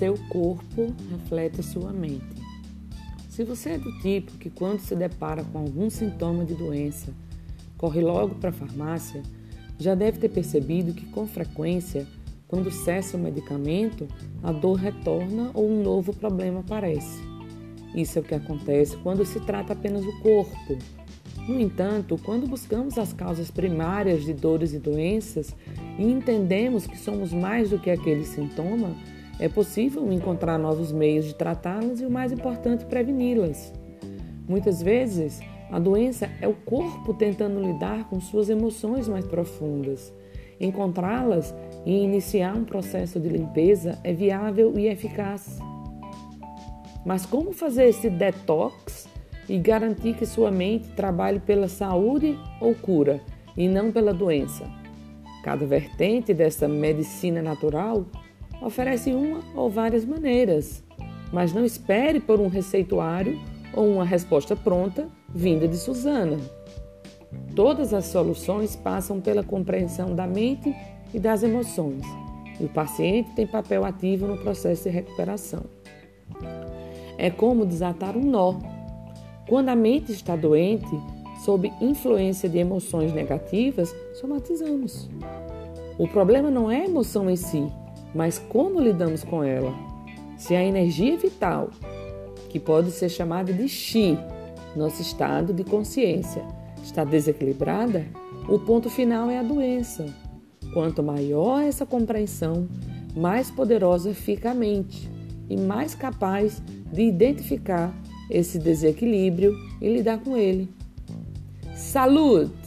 seu corpo reflete sua mente. Se você é do tipo que, quando se depara com algum sintoma de doença, corre logo para a farmácia, já deve ter percebido que, com frequência, quando cessa o medicamento, a dor retorna ou um novo problema aparece. Isso é o que acontece quando se trata apenas do corpo. No entanto, quando buscamos as causas primárias de dores e doenças e entendemos que somos mais do que aquele sintoma, é possível encontrar novos meios de tratá-las e, o mais importante, preveni-las. Muitas vezes, a doença é o corpo tentando lidar com suas emoções mais profundas. Encontrá-las e iniciar um processo de limpeza é viável e eficaz. Mas como fazer esse detox e garantir que sua mente trabalhe pela saúde ou cura e não pela doença? Cada vertente dessa medicina natural oferece uma ou várias maneiras, mas não espere por um receituário ou uma resposta pronta vinda de Suzana. Todas as soluções passam pela compreensão da mente e das emoções, e o paciente tem papel ativo no processo de recuperação. É como desatar um nó. Quando a mente está doente, sob influência de emoções negativas, somatizamos. O problema não é a emoção em si, mas como lidamos com ela. Se a energia vital, que pode ser chamada de Chi, nosso estado de consciência, está desequilibrada, o ponto final é a doença. Quanto maior essa compreensão, mais poderosa fica a mente e mais capaz de identificar esse desequilíbrio e lidar com ele. Saúde!